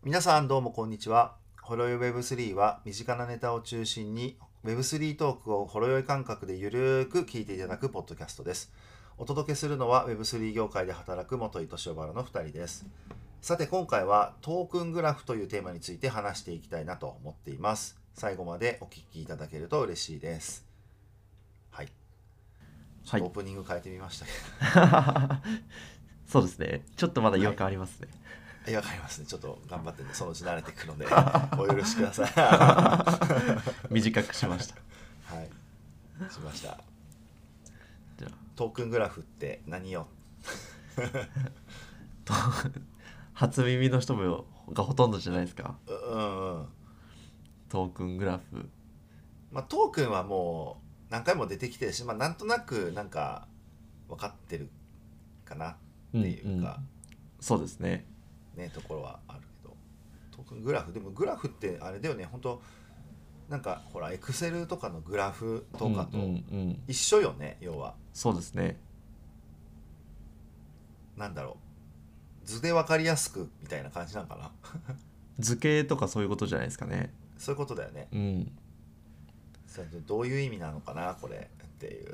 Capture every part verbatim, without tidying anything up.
皆さんどうもこんにちは。ほろよい ウェブスリー は身近なネタを中心に ウェブスリー トークをほろ酔い感覚でゆるーく聞いていただくポッドキャストです。お届けするのは ウェブスリー 業界で働く元井敏夫原のふたりです。さて今回はトークングラフというテーマについて話していきたいなと思っています。最後までお聞きいただけると嬉しいです。はい。ちょっはい。 とオープニング変えてみましたけそうですね。ちょっとまだ違和どはい。 感ありますね。 いやわかりますね。ちょっと頑張ってね。そのうち慣れていくのでお許しください。は短くしました。 い。しました。 じゃトークングラフって何よ。 あ、と初耳の人もがほとんどじゃないですか。 ううんうん。 トークングラフ。 まあトークンはもう何回も出てきてるし、まあなんとなくなんか分かってるかなっうんていううん。 かそうですね。 ねところはあるけど、トークングラフでもグラフってあれだよね。本当なんかほらエクセルとかのグラフうんうんうとかとん。 一緒よね。要はそうですね。 なんだろう、図で分かりやすくみたいな感じなのかな。 図形とかそういうことじゃないですかね。 そういうことだよね。 うん。 それどういう意味なのかなこれっていう。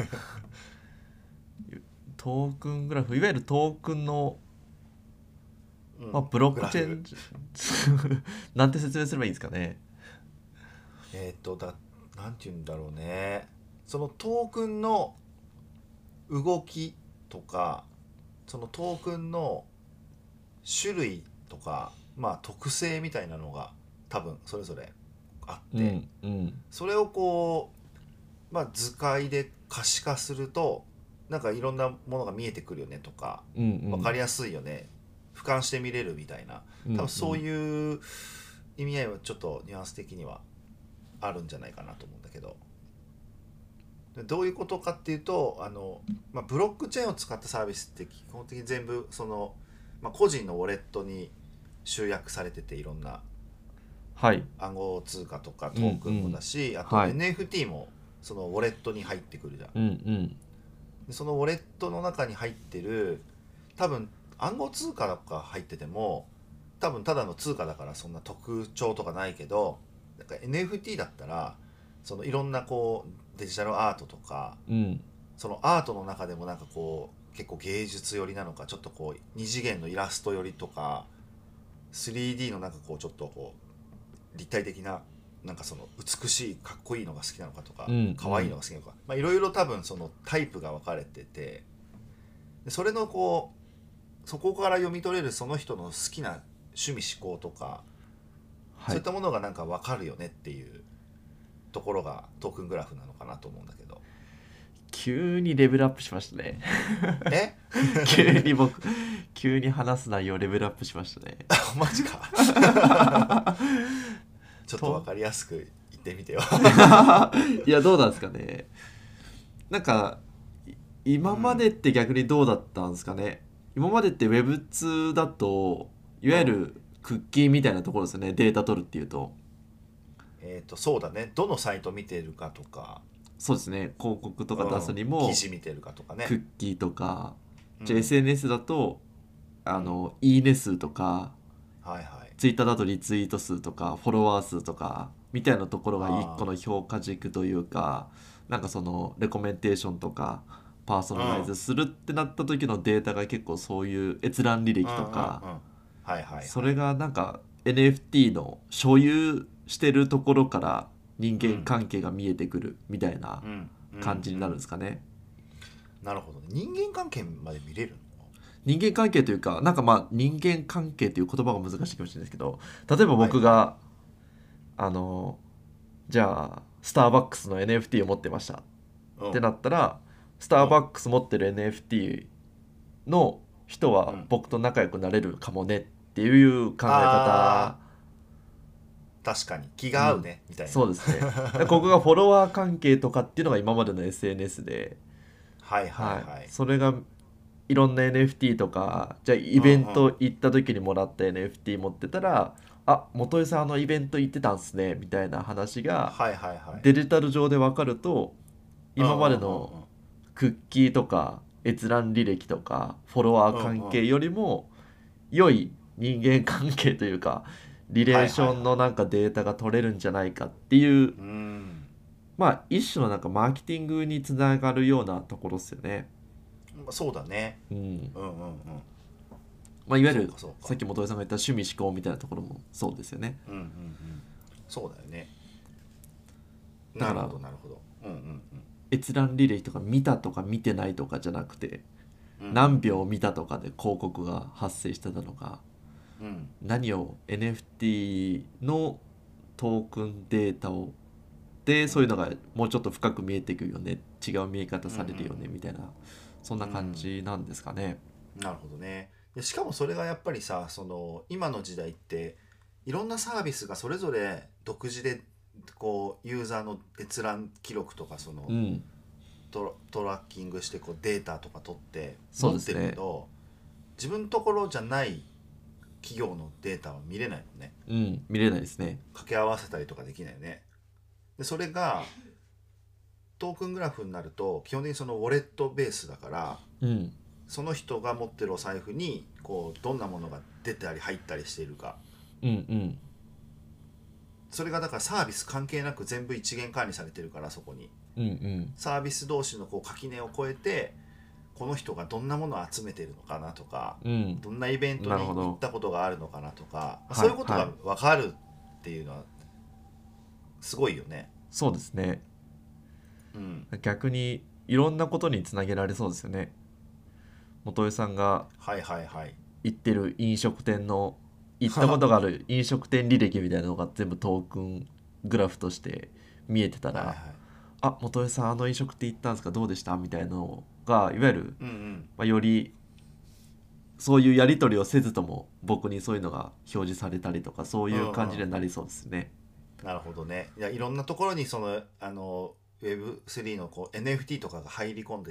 トークングラフ、いわゆるトークンの、まあ、 うん、 ブロッグラフ。 クチェーンなんて説明すればいいんですかね。 えっ、とだなんて言うんだろうね。そのトークンの動きとか、そのトークンの種類とか、まあ特性みたいなのが多分それぞれあって、 うんうんそれをこう、まあ、図解で可視化するとなんかいろんなものが見えてくるよねとか、 うんうん分かりやすいよね、俯瞰して見れるみたいな、 うんう多分そうん。 いう意味合いはちょっとニュアンス的にはあるんじゃないかなと思うんだけど、どういうことかっていうと、あの、まあ、ブロックチェーンを使ったサービスって基本的に全部その、まあ、個人のウォレットに集約されてて、いろんなはい。 暗号通貨とかうんトークンもうん。 だし、あとはい。 エヌエフティー もそのウォレットに入ってくるじゃん。 うんうん。 でそのウォレットの中に入ってる、多分暗号通貨とか入ってても多分ただの通貨だからそんな特徴とかないけど、なんか エヌエフティー だったらそのいろんなこうデジタルアートとか、 うん。 そのアートの中でもなんかこう結構芸術寄りなのか、ちょっとこう二次元のイラスト寄りとか スリーディー のなんかこうちょっとこう立体的な、なんかその美しいかっこいいのが好きなのかとか、 うんう可愛いのん。 が好きなのか、まあいろいろ多分そのタイプが分かれてて、でそれのこうそこから読み取れるその人の好きな趣味思考とか、そういっはい。 たものがなんか分かるよねっていうところがトークングラフなのかなと思うんだけど。 急にレベルアップしましたね。 え急に僕、急に話す内容レベルアップしましたね。 マジか。ちょっと分と、 かりやすく言ってみてよ。 いや、どうなんですかね。なんか、いうん。 今までって逆にどうだったんですかね。今までって ウェブツー だと、いわゆうんるクッキーみたいなところですよね。データ取るっていうと。 えっ、とそうだね、どのサイト見てるかとか、 そうですね。広告とか出すうん、 にも、 記事見てるかとかクね。 ッキーとか、じゃあうんエスエヌエス だと、あうんの、いいね数とか、 はいはい。 ツイッターだとリツイート数とかフォロワー数とかみたいなところが一個あの評価軸というか、なんかそのレコメンテーションとかパーソあ、うんナライズするってなった時のデータが結構そういう閲覧履うんうんうん歴とか、 はいはいはい。 それがなんか エヌエフティー の所有してるところから人間うん関係が見えてくるみたいなうんうん感じになるんうん。 ですかね。 なるほどね。人間関係まで見れるの？ 人間関係というか、なんかまあ人間関係という言葉が難しいかもしれないですけど、例えばはいはい。 僕があのじゃあスターバックスの エヌエフティー を持ってましたってうんなったら、スターうんバックス持ってる エヌエフティー の人はうん僕と仲良くなれるかもねっていう考え方。 あー、確かに気が合ううん、 ねみたいな。 そうですね。でここがフォロワー関係とかっていうのが今までの エスエヌエス で、 はいはいはい、 はい。 それがいろんな エヌエフティー とか、じゃあイうんベンうんト行った時にもらった エヌエフティー 持ってたら、あ、元井さんあのイベント行ってたんすねみたいな話がはいはいはい。 デジタル上で分かると、今うんうんうんまでのクッキーとか閲覧履歴とかフォロワーうんうんうん関係よりも良い人間関係というかリレーションのはいはいはいなんかデータが取れるんじゃないかっていう、 うんまあ一種のなんかマーケティングにつながるようなところですよね。 まあそうだね。 うん。 うんうんうんまあいわゆるそうかそうかさっき元井さんが言った趣味思考みたいなところもそうですよね。 うんうんうんそうだよね。 だからなるほどなるほど。うんうん閲覧履歴とか見たとか見てないとかじゃなくて、 うん何秒見たとかで広告が発生してたのか、 うん何を エヌエフティー のトークンデータをでそういうのがもうちょっと深く見えてくるよね、違う見え方されるよねみたいな、そんな感じなんですかね。 なるほどね。でしかもそれがやっぱりさ、その今の時代っていろんなサービスがそれぞれ独自でこうユーザーの閲覧記録とかそのうんトラ、トラッキングしてこうデータとか取って持ってそうですねるけど、自分のところじゃない企業のデータは見れないもんね。 うん見れないですね。 掛け合わせたりとかできないよね。でそれがトークングラフになると基本的にそのウォレットベースだから、 うんその人が持ってるお財布にこうどんなものが出たり入ったりしているか、 うんうんそれがだからサービス関係なく全部一元管理されてるから、そこにうんうんサービス同士のこう垣根を越えてこの人がどんなものを集めてるのかなとか、 うんどんなイベントになるほど行ったことがあるのかなとか、 いそういうことがはい分かるっていうのはすごいよね。 そうですね。 うん逆にいろんなことにつなげられそうですよね。元井さんがはいはいはい行ってる飲食店の行ったことがある飲食店履歴みたいなのが全部トークングラフとして見えてたら、 はいはいあ元井さんあの飲食店行ったんですかどうでしたみたいなのがいわゆる、 うんうんまあ、よりそういうやり取りをせずとも僕にそういうのが表示されたりとかそういう感じにはなりそうですね。 なるほどね。いやいろんなところにそのあの ウェブスリー のこう エヌエフティー とかが入り込んでって、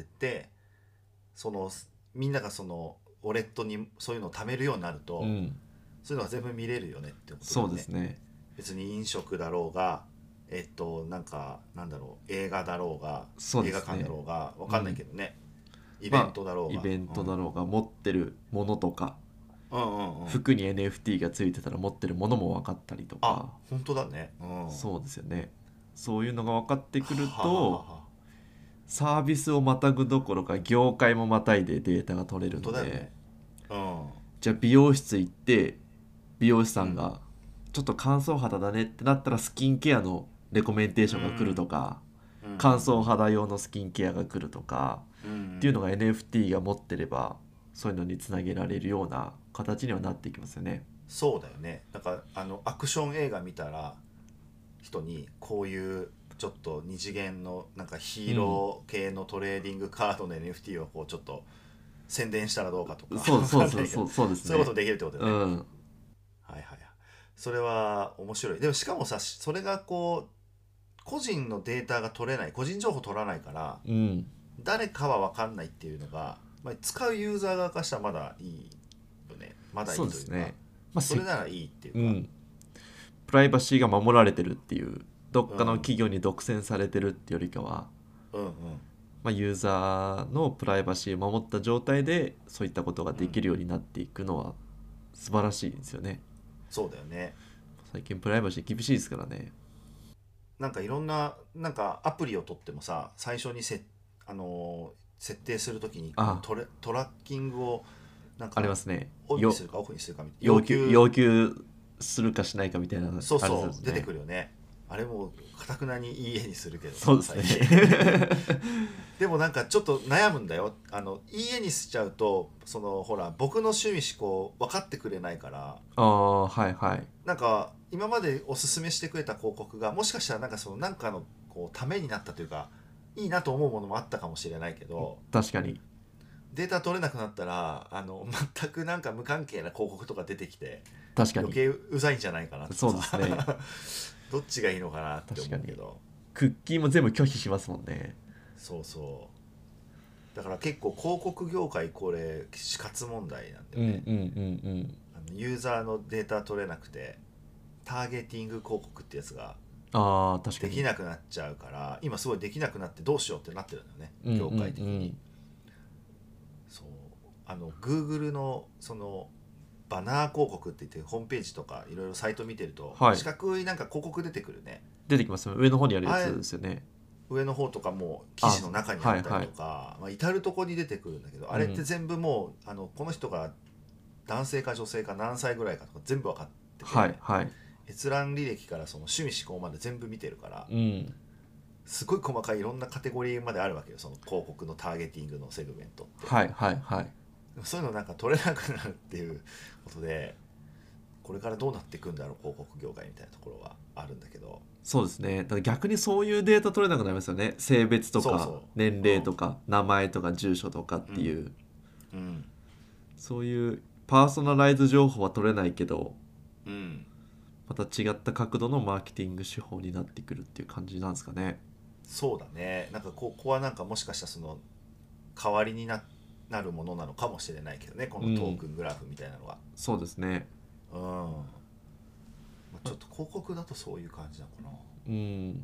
そのみんながそのウォレットにそういうのを貯めるようになると、 うんそういうのが全部見れるよねってことだよね。 そうですね。 別に飲食だろうが、えっとなんかなんだろう映画だろうが、映そうですね画館だろうがわかんないけどね、イベントだろうが、 イベントだろうが持ってるものとか、 うん、うんうんうん服に エヌエフティー がついてたら持ってるものも分かったりとあか、 本当だね、うん、 そうですよね。そういうのが分かってくるはははとはサービスをまたぐどころか業界もまたいでデータが取れるので、 本当だよね。うんじゃあ美容室行って美容師さんがちょっと乾燥肌だねってなったらスキンケアのレコメンテーションが来るとか、 うん乾燥肌用のスキンケアが来るとかうんっていうのが エヌエフティー が持ってればそういうのにつなげられるような形にはなっていきますよね。 そうだよね。なんかあのアクション映画見たら人にこういうちょっと二次元のなんかヒーロー系のトレーディングカードの エヌエフティー をこうちょっと宣伝したらどうかとか、 そうそうわかんないけどそうそうそうですね。 そういうことできるってことだよね。 うんはいはいはい。それは面白い。でもしかもさ、それがこう個人のデータが取れない、個人情報取らないからうん誰かは分かんないっていうのが、まあ、使うユーザー側からしたらまだいいよね。まだいいというか、 そうですね。まあそれならいいっていうか、 うんプライバシーが守られてるっていうどっかの企業に独占されてるってよりかは、 うんうんまあ、ユーザーのプライバシーを守った状態でそういったことができるようになっていくのは素晴らしいですよね。 そうだよね。 最近プライバシー厳しいですからね。 なんかいろんななんかアプリを取ってもさ、最初にせ、あのー設定するときにあトレトラッキングをなんかありますね。 オンよにするかオフにするかみたいな要求要求するかしないかみたいなそうそう、 あれですね出てくるよね。あれもかたくなにいい絵にするけどそうです最近ねでもなんかちょっと悩むんだよ。あのいい絵にしちゃうとそのほら僕の趣味思考分かってくれないから、 ああはいはいなんか今までおすすめしてくれた広告がもしかしたらなんかそのなんかのこうためになったというかいいなと思うものもあったかもしれないけど、 確かにデータ取れなくなったらあの全くなんか無関係な広告とか出てきて確かに余計うざいんじゃないかなってさそうですねどっちがいいのかなって思うけど、 クッキーも全部拒否しますもんね。 そうそうだから結構広告業界これ死活問題なんだうんよね。 うんうんうんあのユーザーのデータ取れなくてターゲティング広告ってやつがああ確かにできなくなっちゃうから今すごいできなくなってどうしようってなってるんだよね、業界的に。 うんうんうんそうあの Google のそのバナー広告って言ってホームページとかいろいろサイト見てると、 はい四角いなんか広告出てくるね。 出てきますよ上の方にあるやつですよね。 上の方とかも記事の中にあったりとか、 あはいまあ、至る所に出てくるんだけど、あれって全部もうあのこの人が男性か女性か何歳ぐらいかとか全部分かってて、 はいはい閲覧履歴からその趣味思考まで全部見てるから、 うんすごい細かいいろんなカテゴリーまであるわけよ、その広告のターゲティングのセグメントって。 はいはいはいそういうのなんか取れなくなるっていうことで、これからどうなっていくんだろう広告業界みたいなところはあるんだけど。 そうですね。だから逆にそういうデータ取れなくなりますよね。性別とかそうそう年齢とか、名前とか住所とかっていう、 うん、 そういうパーソナライズ情報は取れないけど、 うん、 また違った角度のマーケティング手法になってくるっていう感じなんですかね。 そうだね。なんかここはなんかもしかしたらその代わりに な, なるものなのかもしれないけどね、このトークングラフみたいなのは。 そうですね。 うん、まあちょっと広告だとそういう感じなのかな。 うん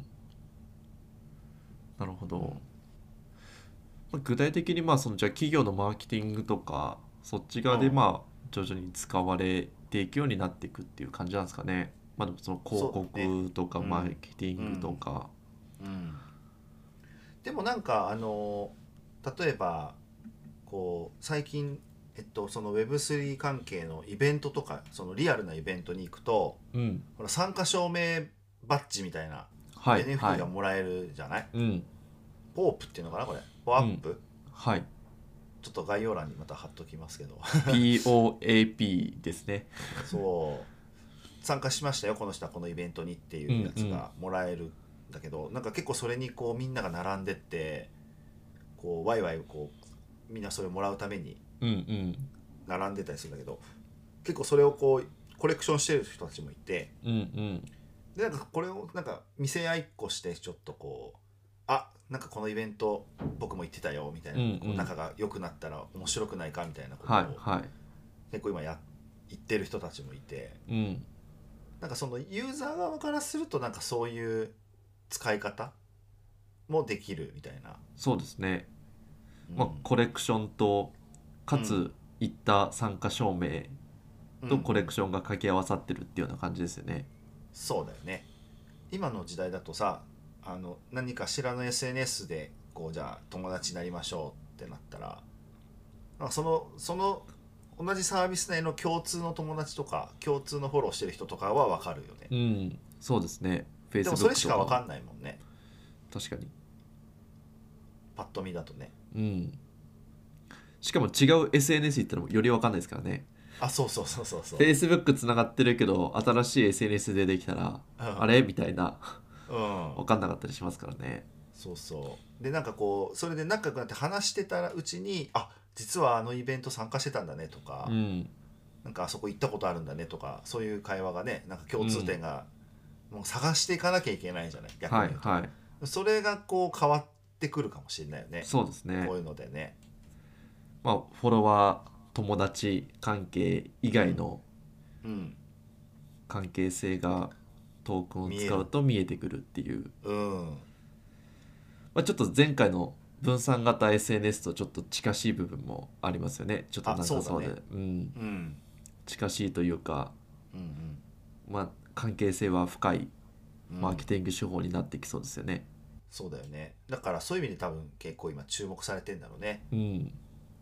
なるほど。まあ具体的にまあそのじゃあ企業のマーケティングとかそっち側でうんまあ徐々に使われていくようになっていくっていう感じなんですかね。まあでもその広そうだね告とかうんマーケティングとか、 うん、でもなんかあの例えばこう最近、えっと、その ウェブスリー 関係のイベントとかそのリアルなイベントに行くと、 うんほら参加証明バッジみたいなはいエヌエフティーはいがもらえるじゃない、 うんポープっていうのかなこれ、ポアップ、 はいちょっと概要欄にまた貼っときますけどピーオーエーピー ですね。 そう参加しましたよこの人はこのイベントにっていうやつがもらえるんだけど、なんか結構それにこうみんなが並んでってこうワイワイこうみんなそれもらうためにうんうん並んでたりするんだけど、結構それをこうコレクションしてる人たちもいて、 うんうんでなんかこれをなんか見せ合いっこしてちょっとこうあなんかこのイベント僕も行ってたよみたいな、 うんうんこう仲が良くなったら面白くないかみたいなことを、 はいはい結構今や言ってる人たちもいて、 うんなんかそのユーザー側からするとなんかそういう使い方もできるみたいな、 そうですね。 うんまあコレクションとかつうんいった参加証明とうんコレクションが掛け合わさってるっていうような感じですよね。 そうだよね。今の時代だとさ、あの何かしらの エスエヌエス でこうじゃあ友達になりましょうってなったら、なんかそのその同じサービス内の共通の友達とか共通のフォローしてる人とかは分かるよね。 うんそうですね。 で Facebook もそれしか分かとんないもんね、 確かに。 パッと見だとね。 うんしかも違う エスエヌエス 行ったらより分かんないですからね。 あ、そうそうそうそうそう。 Facebook つながってるけど新しい エスエヌエス でできたら、 うんあれみたいなうん分かんなかったりしますからね。 そうそうでなんかこうそれで仲良くなって話してたうちにあ実はあのイベント参加してたんだねとか、 うんなんかあそこ行ったことあるんだねとか、そういう会話がねなんか共通点が、もう探していかなきゃいけないじゃない逆にはい言うと、 はいそれがこう変わってくるかもしれないよね、 そうですねこう。いうのでね。 まあフォロワー友達関係以外のうん関係性がトークンを使うと見えてくるっていう、 うんまあ、ちょっと前回の分散型 エスエヌエス とちょっと近しい部分もありますよね。ちょっとなんかそうであそうだねうん、 うん近しいというか、 うんまあ、関係性は深いうんマーケティング手法になってきそうですよね。 そうだよね。だからそういう意味で多分結構今注目されてんだろうね。 うんうん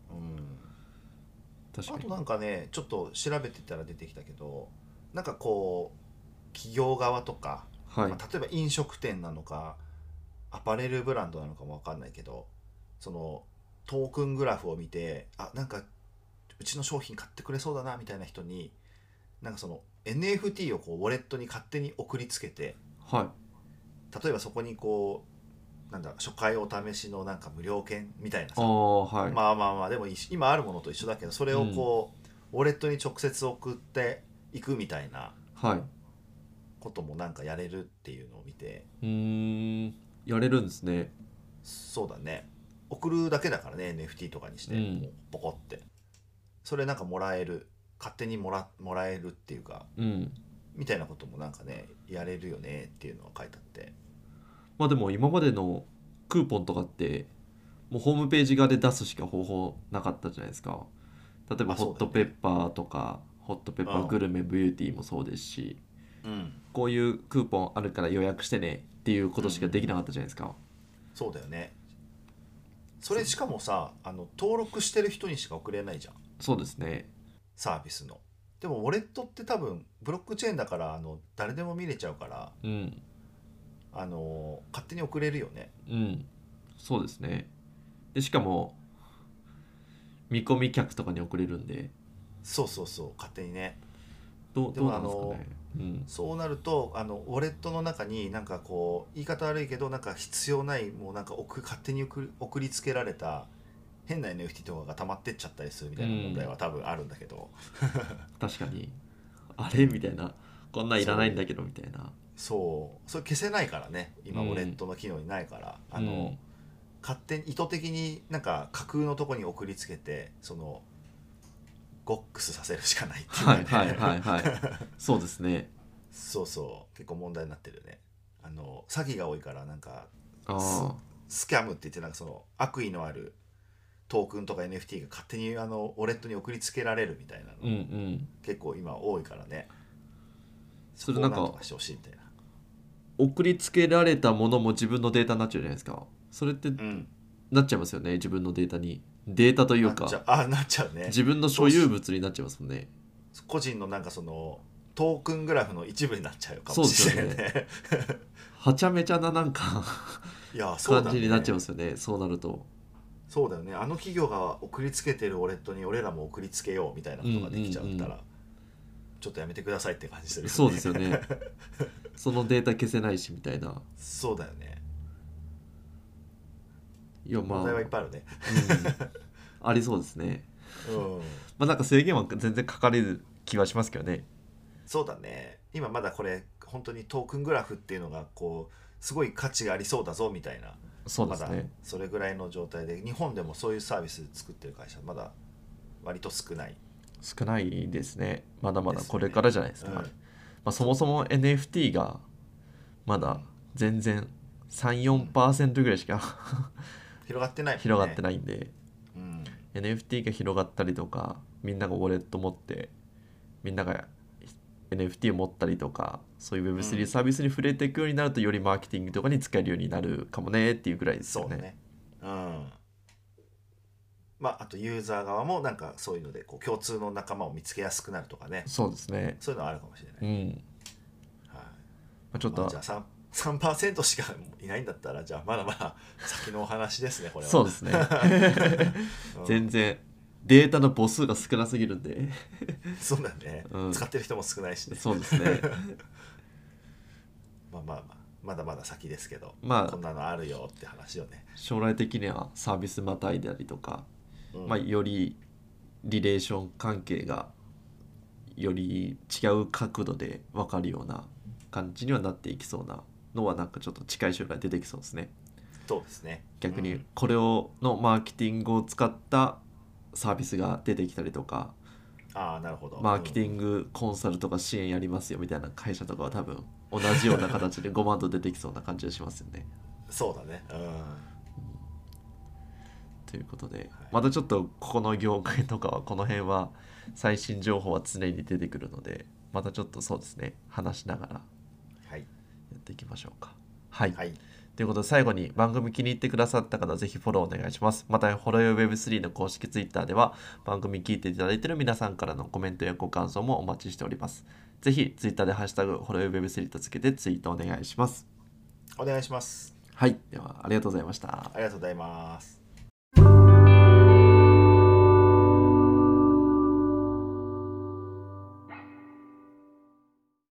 確かに。 あとなんかねちょっと調べてたら出てきたけど、なんかこう企業側とか、 はいまあ、例えば飲食店なのかアパレルブランドなのかも分かんないけど、そのトークングラフを見てあなんかうちの商品買ってくれそうだなみたいな人になんかその エヌエフティー をこうウォレットに勝手に送りつけて、 は例えばそこにこうなんだ初回お試しのなんか無料券みたいなさ、 いああはい、 まあまあまあでも一緒今あるものと一緒だけど、それをこう、ウォレットに直接送っていくみたいなはいこともなんかやれるっていうのを見て、 うーんやれるんですね。 そうだね、送るだけだからね エヌエフティー とかにして、 うんもうポコってそれなんかもらえる、勝手にもらもらえるっていうかうんみたいなこともなんかねやれるよねっていうのが書いてあって、 まあでも今までのクーポンとかってもうホームページ側で出すしか方法なかったじゃないですか。例えばあそうだよねホットペッパーとかホットペッパーグルメビューティーもそうですし、 うんこういうクーポンあるから予約してねっていうことしかできなかったじゃないですか。 そうだよね。それしかもさ、あの登録してる人にしか送れないじゃん、 そうですね。 サービスの。でもウォレットって多分ブロックチェーンだから、あの誰でも見れちゃうから、 うんあの勝手に送れるよね。 うんそうですね。でしかも見込み客とかに送れるんで、 そうそうそう、勝手にね。 どうでもどうなんですかね。うんそうなると、あのウォレットの中になんかこう言い方悪いけど、なんか必要ないもうなんか送勝手に送り送りつけられた変な エヌエフティー とかが溜まってっちゃったりするみたいな問題は多分あるんだけど、 確かにあれみたいな、こんなんいらないんだけどみたいな。 そうそれ消せないからね今、 うんウォレットの機能にないから、あの、 うん勝手に意図的になんか架空のとこに送りつけて、そのゴックスさせるしかないっていうかね、 はいはいはいはいそうですね。 そうそう結構問題になってるよね。あの詐欺が多いから、なんかスあスキャムって言って、なんかその悪意のあるトークンとか エヌエフティー が勝手にあのウォレットに送りつけられるみたいなの、 あうんうん結構今多いからね。 それなんかこをとかしてほしいみたいな。 送りつけられたものも自分のデータになっちゃうじゃないですか。それってうんなっちゃいますよね。自分のデータにデータというなっちゃう、 かあなっちゃうね。 自分の所有物になっちゃいますもんね。 個人のなんかそのトークングラフの一部になっちゃうかもしれないよね。 はちゃめちゃななんかいやそうだね、 感じになっちゃいますよね。そうなると。 そうだよね。あの企業が送りつけてるウォレットに俺らも送りつけようみたいなことができちゃったら、 うんうんうんちょっとやめてくださいって感じするよね。 そうですよね。そのデータ消せないしみたいな。 そうだよね。 いやまあ、 問題はいっぱいあるね。 うん、ありそうですね。 うんまあなんか制限は全然かかれる気はしますけどね。 そうだね。今まだこれ本当にトークングラフっていうのがこうすごい価値がありそうだぞみたいな、まだそうですね。 それぐらいの状態で、日本でもそういうサービス作ってる会社まだ割と少ない。 少ないですね。まだまだですねこれからじゃないですか。 うんまあ、そもそも エヌエフティー がまだ全然 さん、よんパーセント ぐらいしか広がってないもんね。 広がってないんで、 うん、 エヌエフティー が広がったりとか、みんながウォレット持ってみんなが エヌエフティー を持ったりとか、そういう ウェブスリー サービスに触れていくようになると、よりマーケティングとかに使えるようになるかもねっていうぐらいですよね。 そうだね。うんまあ、あとユーザー側もなんかそういうのでこう共通の仲間を見つけやすくなるとかね、 そうですね。 そういうのはあるかもしれない。 うん。 はいまあ、ちょっと、 まあ、じゃあ 3, さんパーセントしかいないんだったら、じゃあまだまだ先のお話ですねこれは。 そうですね。 うん全然データの母数が少なすぎるんでそうだね、 うん使ってる人も少ないしね。 そうですね。 まあまあまあまだまだ先ですけど、 まあこんなのあるよって話よね。 将来的にはサービスまたいだりとか、 うんまあ、よりリレーション関係がより違う角度で分かるような感じにはなっていきそうなのは、なんかちょっと近い将来出てきそうですね。 そうですね。 逆にうんこれをのマーケティングを使ったサービスが出てきたりとか、 ああなるほど。 マーケティングコンサルとか支援やりますよみたいな会社とかは多分同じような形でごまんと出てきそうな感じがしますよね。 うんそうだね。うんということで、またちょっとここの業界とかはこの辺は最新情報は常に出てくるので、またちょっとそうですね、話しながらやはいっていきましょうか。はい、 はいということで最後に番組気に入ってくださった方はぜひフォローお願いします。またほろよい ウェブスリー の公式ツイッターでは番組聞いていただいている皆さんからのコメントやご感想もお待ちしております。ぜひツイッターでハッシュタグほろよい ウェブスリー とつけてツイートお願いします。 お願いします。 はい、ではありがとうございました。 ありがとうございます。